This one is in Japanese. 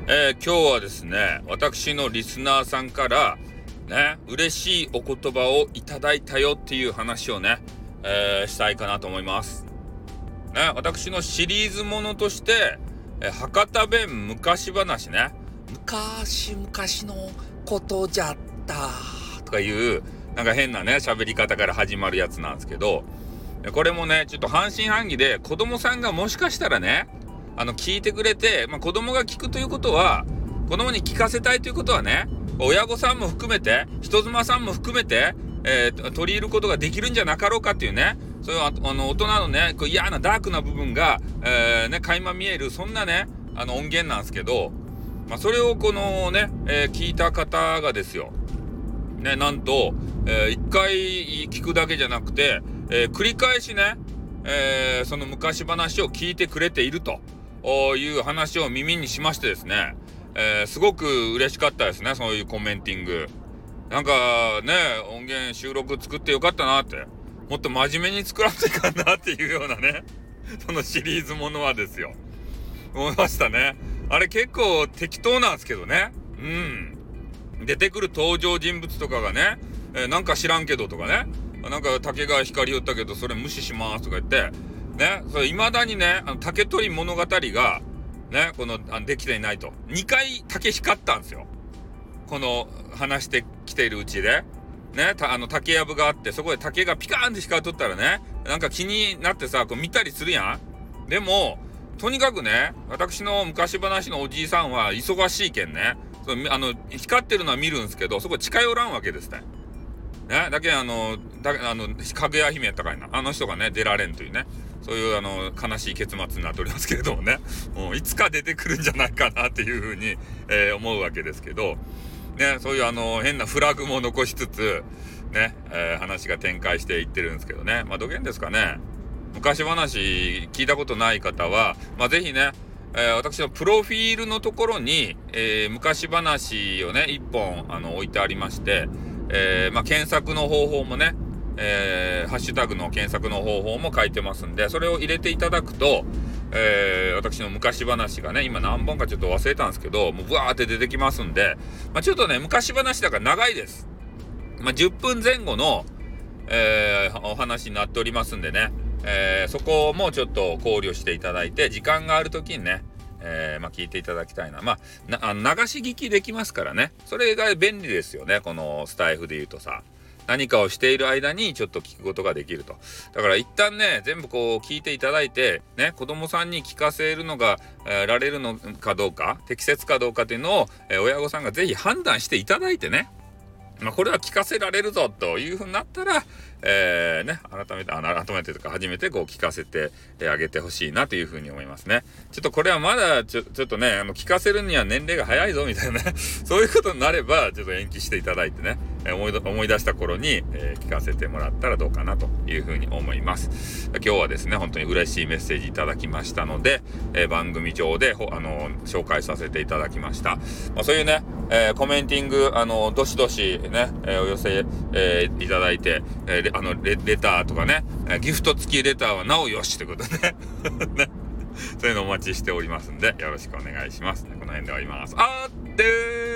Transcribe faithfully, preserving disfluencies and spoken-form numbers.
えー、今日はですね、私のリスナーさんからね、嬉しいお言葉をいただいたよっていう話をね、えー、したいかなと思います。ね、私のシリーズものとして、えー、博多弁昔話ね、昔々のことじゃったとかいうなんか変なね喋り方から始まるやつなんですけど、これもねちょっと半信半疑で、子供さんがもしかしたらねあの聞いてくれて、まあ、子供が聞くということは、子供に聞かせたいということはね、親御さんも含めて人妻さんも含めて、えー、取り入れることができるんじゃなかろうかっていうね、そういうああの大人のねこう嫌なダークな部分が、えー、ね垣間見える、そんなねあの音源なんですけど、まあ、それをこのね、えー、聞いた方がですよね、なんと、えー、一回聞くだけじゃなくて、えー、繰り返しね、えー、その昔話を聞いてくれているという話を耳にしましてですね、えー、すごく嬉しかったですね。そういうコメンティング、なんかね、音源収録作ってよかったなって、もっと真面目に作らんといかんなっていうようなねそのシリーズものはですよ、思いましたね。あれ結構適当なんですけどね、うん出てくる登場人物とかがね、えー、なんか知らんけどとかね、なんか竹が光り寄ったけどそれ無視しますとか言ってね、それ未だにねあの竹取物語がねこのあのできていないと。にかい竹光ったんですよ、この話してきているうちでね。たあの竹やぶがあって、そこで竹がピカーンって光っとったらね、なんか気になってさこう見たりするやん。でもとにかくね、私の昔話のおじいさんは忙しいけんね、そあの光ってるのは見るんですけど、そこ近寄らんわけですね。ね、だけあのだあのかぐや姫やったかいな、あの人がね出られんというね、そういうあの悲しい結末になっておりますけれどもね、もういつか出てくるんじゃないかなっていうふうに、えー、思うわけですけどね、そういうあの変なフラグも残しつつね、えー、話が展開していってるんですけどね。まあどげんですかね、昔話聞いたことない方は、まあ、ぜひね、えー、私のプロフィールのところに、えー、昔話をね一本あの置いてありまして、えーまあ、検索の方法もね、えー、ハッシュタグの検索の方法も書いてますんで、それを入れていただくと、えー、私の昔話がね今何本かちょっと忘れたんですけど、もうブワーって出てきますんで、まあ、ちょっとね昔話だから長いです。まあ、じゅっぷんぜん後の、えー、お話になっておりますんでね、えー、そこもちょっと考慮していただいて、時間がある時にね、えー、まあ聞いていただきたいな。まあ、なあの流し聞きできますからね、それが便利ですよね。このスタイフで言うとさ、何かをしている間にちょっと聞くことができると。だから一旦ね全部こう聞いていただいてね、子供さんに聞かせるのが、えー、られるのかどうか、適切かどうかっていうのを、えー、親御さんがぜひ判断していただいてね、まあ、これは聞かせられるぞというふうになったら、えー、ね、改めて、あの、改めてとか初めてこう聞かせてあげてほしいなというふうに思いますね。ちょっとこれはまだちょ、ちょっとね、あの、聞かせるには年齢が早いぞみたいなね、そういうことになれば、ちょっと延期していただいてね、えー、思い、思い出した頃に、えー、聞かせてもらったらどうかなというふうに思います。今日はですね、本当に嬉しいメッセージいただきましたので、えー、番組上で、あの、紹介させていただきました。まあ、そういうね、えー、コメンティング、あの、どしどしね、えー、お寄せ、えー、いただいて、えー、あのレ、レターとかね、ギフト付きレターはなおよしということでねね、そういうのお待ちしておりますんで、よろしくお願いします。この辺で終わります。あーってー